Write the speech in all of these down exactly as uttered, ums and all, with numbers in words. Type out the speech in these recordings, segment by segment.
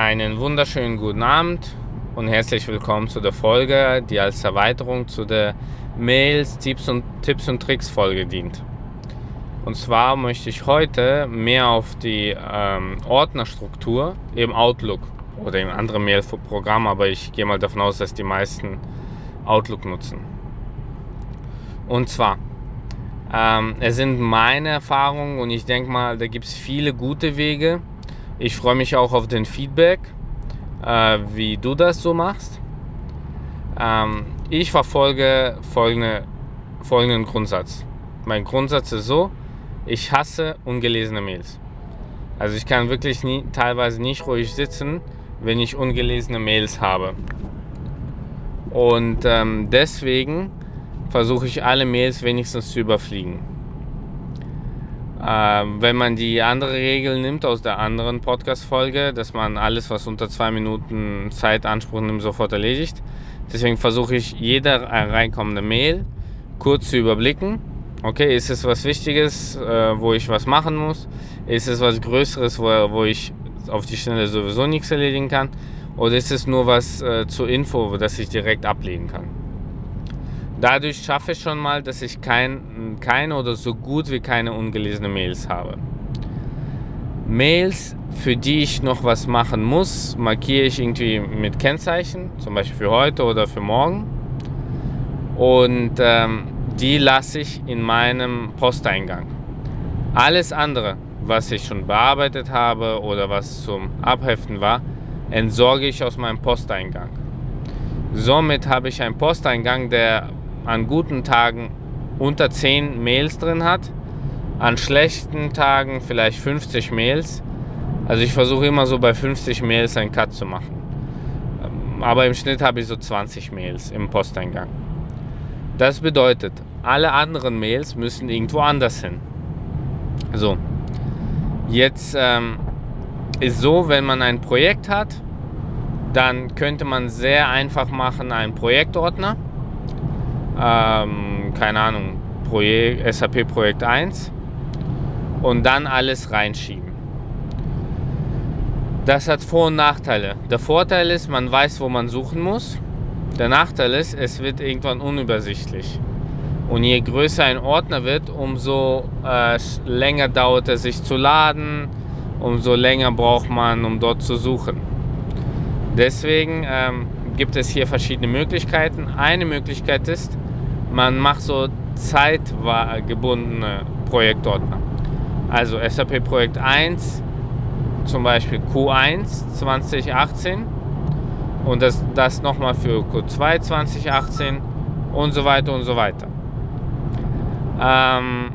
Einen wunderschönen guten Abend und herzlich willkommen zu der Folge, die als Erweiterung zu der Mails, Tipps und, Tipps und Tricks Folge dient. Und zwar möchte ich heute mehr auf die ähm, Ordnerstruktur im Outlook oder im anderen Mail-Programm, aber ich gehe mal davon aus, dass die meisten Outlook nutzen. Und zwar, ähm, es sind meine Erfahrungen und ich denke mal, da gibt es viele gute Wege. Ich freue mich auch auf den Feedback, äh, wie du das so machst. Ähm, ich verfolge folgende, folgenden Grundsatz. Mein Grundsatz ist so: Ich hasse ungelesene Mails. Also ich kann wirklich nie, teilweise nicht ruhig sitzen, wenn ich ungelesene Mails habe. Und ähm, deswegen versuche ich alle Mails wenigstens zu überfliegen. Ähm, wenn man die andere Regel nimmt aus der anderen Podcast-Folge, dass man alles, was unter zwei Minuten Zeitanspruch nimmt, sofort erledigt. Deswegen versuche ich, jede reinkommende Mail kurz zu überblicken. Okay, ist es was Wichtiges, äh, wo ich was machen muss? Ist es was Größeres, wo, wo ich auf die Schnelle sowieso nichts erledigen kann? Oder ist es nur was äh, zur Info, das ich direkt ablegen kann? Dadurch schaffe ich schon mal, dass ich kein, keine oder so gut wie keine ungelesene Mails habe. Mails, für die ich noch was machen muss, markiere ich irgendwie mit Kennzeichen, zum Beispiel für heute oder für morgen. Und ähm, die lasse ich in meinem Posteingang. Alles andere, was ich schon bearbeitet habe oder was zum Abheften war, entsorge ich aus meinem Posteingang. Somit habe ich einen Posteingang, der an guten Tagen unter zehn Mails drin hat, an schlechten Tagen vielleicht fünfzig Mails. Also ich versuche immer so bei fünfzig Mails einen Cut zu machen. Aber im Schnitt habe ich so zwanzig Mails im Posteingang. Das bedeutet, alle anderen Mails müssen irgendwo anders hin. So, jetzt ähm, ist so, wenn man ein Projekt hat, dann könnte man sehr einfach machen einen Projektordner. Ähm, keine Ahnung, Projekt, S A P Projekt eins und dann alles reinschieben. Das hat Vor- und Nachteile. Der Vorteil ist, man weiß, wo man suchen muss. Der Nachteil ist, es wird irgendwann unübersichtlich. Und je größer ein Ordner wird, umso äh, länger dauert es sich zu laden, umso länger braucht man, um dort zu suchen. Deswegen ähm, gibt es hier verschiedene Möglichkeiten. Eine Möglichkeit ist, man macht so zeitgebundene Projektordner. Also S A P Projekt eins, zum Beispiel Q eins zwanzig achtzehn und das, das nochmal für Q zwei zwanzig achtzehn und so weiter und so weiter. Ähm,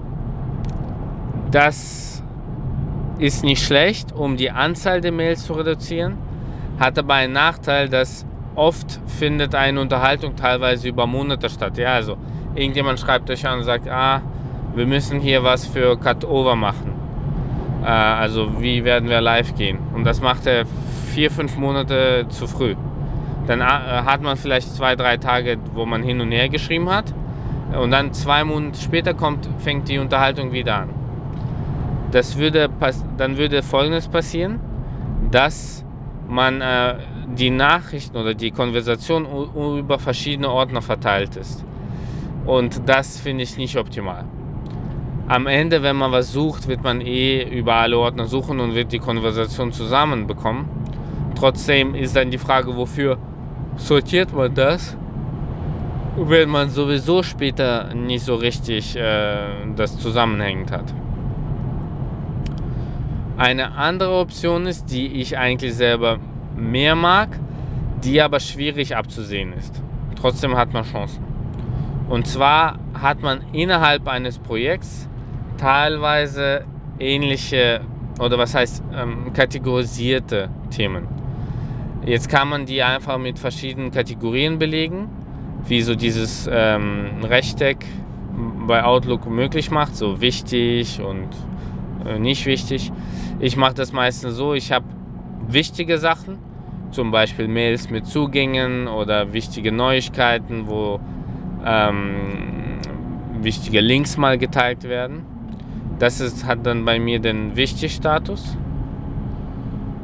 das ist nicht schlecht, um die Anzahl der Mails zu reduzieren, hat aber einen Nachteil, dass oft findet eine Unterhaltung teilweise über Monate statt. Ja, also irgendjemand schreibt euch an und sagt, ah, wir müssen hier was für Cut-Over machen. Äh, also wie werden wir live gehen? Und das macht er vier, fünf Monate zu früh. Dann äh, hat man vielleicht zwei, drei Tage, wo man hin und her geschrieben hat. Und dann zwei Monate später kommt, fängt die Unterhaltung wieder an. Das würde, dann würde Folgendes passieren, dass man äh, die Nachrichten oder die Konversation u- über verschiedene Ordner verteilt ist. Und das finde ich nicht optimal. Am Ende, wenn man was sucht, wird man eh über alle Ordner suchen und wird die Konversation zusammenbekommen. Trotzdem ist dann die Frage, wofür sortiert man das, wenn man sowieso später nicht so richtig äh, das zusammenhängend hat. Eine andere Option ist, die ich eigentlich selber mehr mag, die aber schwierig abzusehen ist. Trotzdem hat man Chancen. Und zwar hat man innerhalb eines Projekts teilweise ähnliche, oder was heißt ähm, kategorisierte Themen. Jetzt kann man die einfach mit verschiedenen Kategorien belegen, wie so dieses ähm, Rechteck bei Outlook möglich macht, so wichtig und äh, nicht wichtig. Ich mache das meistens so, ich habe wichtige Sachen, zum Beispiel Mails mit Zugängen oder wichtige Neuigkeiten, wo ähm, wichtige Links mal geteilt werden. Das ist, hat dann bei mir den Wichtig-Status.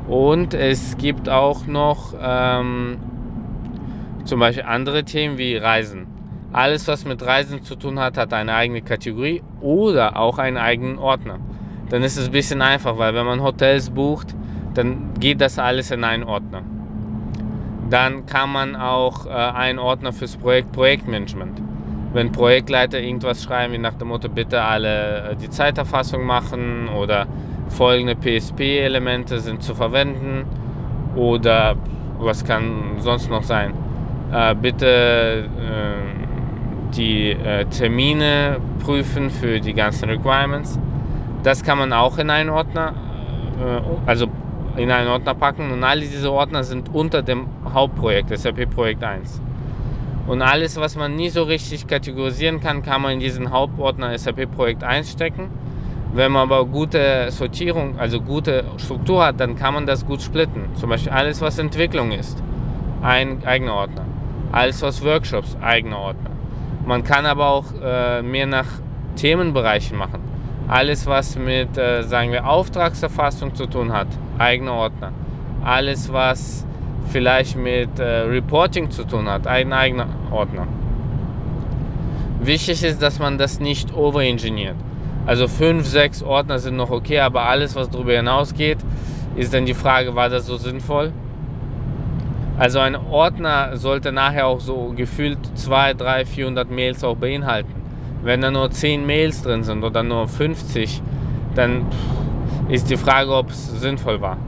Und es gibt auch noch ähm, zum Beispiel andere Themen wie Reisen. Alles, was mit Reisen zu tun hat, hat eine eigene Kategorie oder auch einen eigenen Ordner. Dann ist es ein bisschen einfach, weil wenn man Hotels bucht, dann geht das alles in einen Ordner. Dann kann man auch äh, einen Ordner fürs Projekt Projektmanagement. Wenn Projektleiter irgendwas schreiben, wie nach dem Motto, bitte alle äh, die Zeiterfassung machen oder folgende P S P-Elemente sind zu verwenden oder was kann sonst noch sein, äh, bitte äh, die äh, Termine prüfen für die ganzen Requirements. Das kann man auch in einen Ordner, äh, also in einen Ordner packen und alle diese Ordner sind unter dem Hauptprojekt, S A P Projekt eins. Und alles, was man nie so richtig kategorisieren kann, kann man in diesen Hauptordner S A P Projekt eins stecken. Wenn man aber gute Sortierung, also gute Struktur hat, dann kann man das gut splitten. Zum Beispiel alles, was Entwicklung ist, ein eigener Ordner. Alles, was Workshops, eigener Ordner. Man kann aber auch äh, mehr nach Themenbereichen machen. Alles, was mit, äh, sagen wir, Auftragserfassung zu tun hat, eigener Ordner. Alles, was vielleicht mit äh, Reporting zu tun hat, ein eigener Ordner. Wichtig ist, dass man das nicht overengineert. Also fünf, sechs Ordner sind noch okay, aber alles, was darüber hinausgeht, ist dann die Frage, war das so sinnvoll? Also ein Ordner sollte nachher auch so gefühlt zweihundert, dreihundert, vierhundert Mails auch beinhalten. Wenn da nur zehn Mails drin sind oder nur fünfzig, dann ist die Frage, ob es sinnvoll war.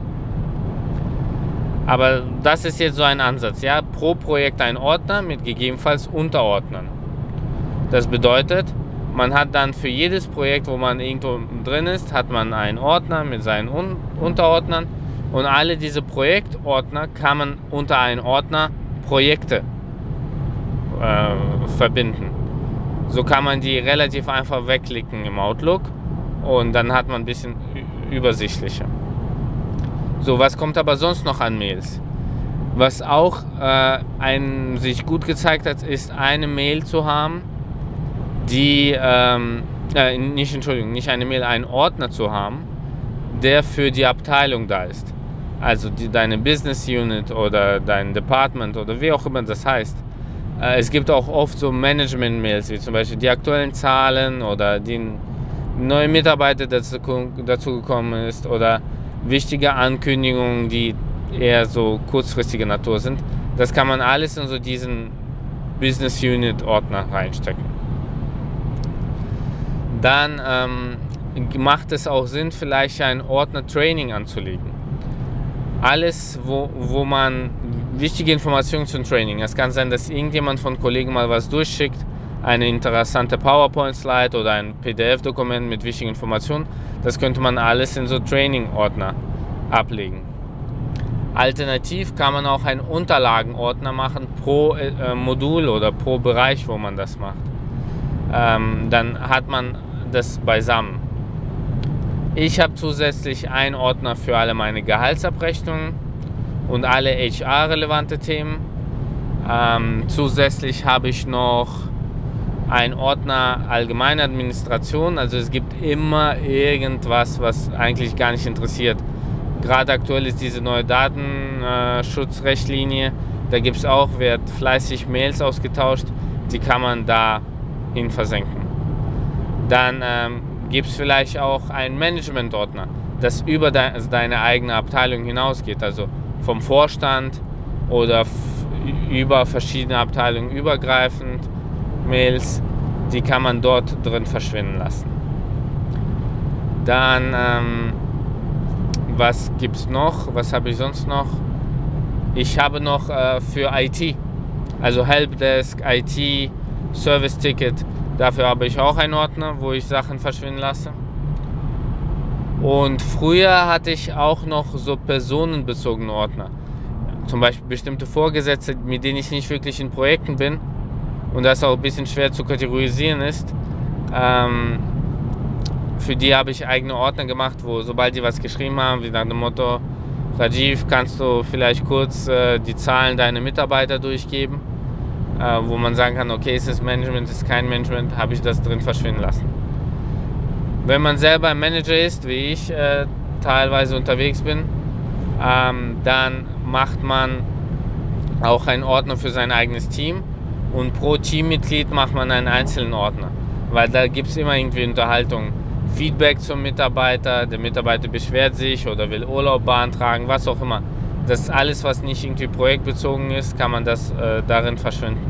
Aber das ist jetzt so ein Ansatz, ja, pro Projekt ein Ordner mit gegebenenfalls Unterordnern. Das bedeutet, man hat dann für jedes Projekt, wo man irgendwo drin ist, hat man einen Ordner mit seinen Un- Unterordnern und alle diese Projektordner kann man unter einen Ordner Projekte äh, verbinden. So kann man die relativ einfach wegklicken im Outlook und dann hat man ein bisschen übersichtlicher. So, was kommt aber sonst noch an Mails? Was auch äh, ein, sich gut gezeigt hat, ist eine Mail zu haben, die, ähm, äh, nicht, Entschuldigung, nicht eine Mail, einen Ordner zu haben, der für die Abteilung da ist. Also die, deine Business Unit oder dein Department oder wie auch immer das heißt. Äh, es gibt auch oft so Management-Mails, wie zum Beispiel die aktuellen Zahlen oder die neue Mitarbeiter, der dazu, dazu gekommen ist oder wichtige Ankündigungen, die eher so kurzfristiger Natur sind. Das kann man alles in so diesen Business Unit Ordner reinstecken. Dann ähm, macht es auch Sinn, vielleicht einen Ordner Training anzulegen. Alles, wo, wo man wichtige Informationen zum Training. Es kann sein, dass irgendjemand von Kollegen mal was durchschickt, eine interessante PowerPoint-Slide oder ein P D F-Dokument mit wichtigen Informationen. Das könnte man alles in so Training-Ordner ablegen. Alternativ kann man auch einen Unterlagenordner machen pro äh, Modul oder pro Bereich, wo man das macht. Ähm, dann hat man das beisammen. Ich habe zusätzlich einen Ordner für alle meine Gehaltsabrechnungen und alle H R-relevante Themen. Ähm, zusätzlich habe ich noch einen Ordner allgemeine Administration. Also es gibt immer irgendwas, was eigentlich gar nicht interessiert. Gerade aktuell ist diese neue Datenschutzrichtlinie. Da gibt es auch, wird fleißig Mails ausgetauscht. Die kann man da hin versenken. Dann ähm, gibt es vielleicht auch einen Management-Ordner, das über de- also deine eigene Abteilung hinausgeht. Also vom Vorstand oder f- über verschiedene Abteilungen übergreifend Mails, die kann man dort drin verschwinden lassen. Dann, ähm, was gibt es noch? Was habe ich sonst noch? Ich habe noch äh, für I T, also Helpdesk, I T, Service-Ticket. Dafür habe ich auch einen Ordner, wo ich Sachen verschwinden lasse. Und früher hatte ich auch noch so personenbezogene Ordner. Zum Beispiel bestimmte Vorgesetzte, mit denen ich nicht wirklich in Projekten bin und das auch ein bisschen schwer zu kategorisieren ist. Ähm, für die habe ich eigene Ordner gemacht, wo sobald die was geschrieben haben, wie nach dem Motto, Rajiv, kannst du vielleicht kurz äh, die Zahlen deiner Mitarbeiter durchgeben? Wo man sagen kann, okay, ist es Management, ist es kein Management, habe ich das drin verschwinden lassen. Wenn man selber ein Manager ist, wie ich äh, teilweise unterwegs bin, Ähm, dann macht man auch einen Ordner für sein eigenes Team und pro Teammitglied macht man einen einzelnen Ordner, weil da gibt es immer irgendwie Unterhaltung, Feedback zum Mitarbeiter, der Mitarbeiter beschwert sich oder will Urlaub beantragen, was auch immer. Das ist alles, was nicht irgendwie projektbezogen ist, kann man das äh, darin verschwinden.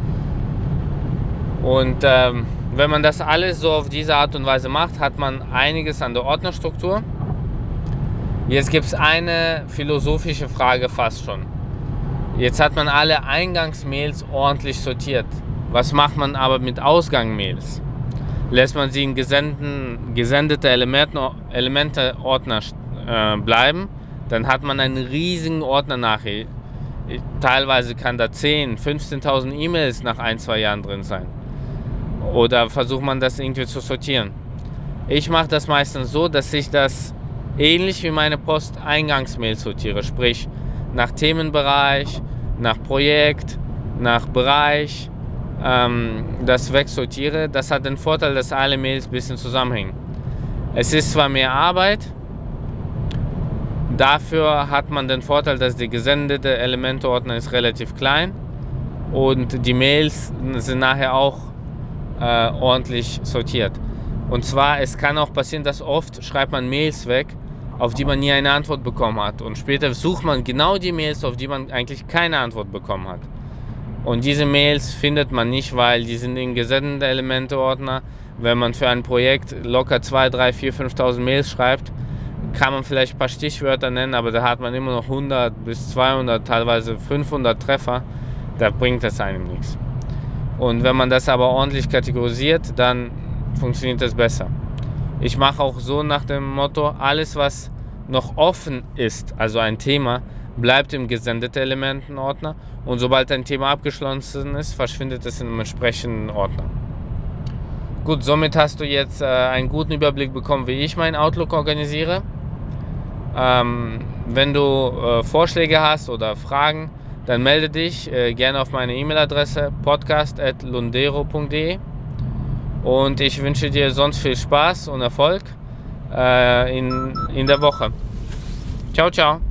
Und ähm, wenn man das alles so auf diese Art und Weise macht, hat man einiges an der Ordnerstruktur. Jetzt gibt es eine philosophische Frage fast schon. Jetzt hat man alle Eingangsmails ordentlich sortiert. Was macht man aber mit Ausgangsmails? Lässt man sie in gesenden, gesendete Elemente-Ordner äh, bleiben, dann hat man einen riesigen Ordner nachher. Teilweise kann da zehntausend, fünfzehntausend E-Mails nach ein, zwei Jahren drin sein. Oder versucht man das irgendwie zu sortieren. Ich mache das meistens so, dass ich das ähnlich wie meine Post-Eingangsmails sortiere. Sprich, nach Themenbereich, nach Projekt, nach Bereich, ähm, das wegsortiere. Das hat den Vorteil, dass alle Mails ein bisschen zusammenhängen. Es ist zwar mehr Arbeit, dafür hat man den Vorteil, dass der gesendete Elemente-Ordner ist relativ klein und die Mails sind nachher auch äh, ordentlich sortiert. Und zwar, es kann auch passieren, dass oft schreibt man Mails weg, auf die man nie eine Antwort bekommen hat. Und später sucht man genau die Mails, auf die man eigentlich keine Antwort bekommen hat. Und diese Mails findet man nicht, weil die sind in gesendete Elemente-Ordner. Wenn man für ein Projekt locker zweitausend, dreitausend, viertausend, fünftausend Mails schreibt, kann man vielleicht ein paar Stichwörter nennen, aber da hat man immer noch hundert bis zweihundert, teilweise fünfhundert Treffer. Da bringt das einem nichts. Und wenn man das aber ordentlich kategorisiert, dann funktioniert das besser. Ich mache auch so nach dem Motto, alles was noch offen ist, also ein Thema, bleibt im gesendete Elementenordner und sobald ein Thema abgeschlossen ist, verschwindet es in einem entsprechenden Ordner. Gut, somit hast du jetzt äh, einen guten Überblick bekommen, wie ich meinen Outlook organisiere. Ähm, wenn du äh, Vorschläge hast oder Fragen, dann melde dich äh, gerne auf meine E-Mail-Adresse podcast at lundero punkt de und ich wünsche dir sonst viel Spaß und Erfolg äh, in, in der Woche. Ciao, ciao.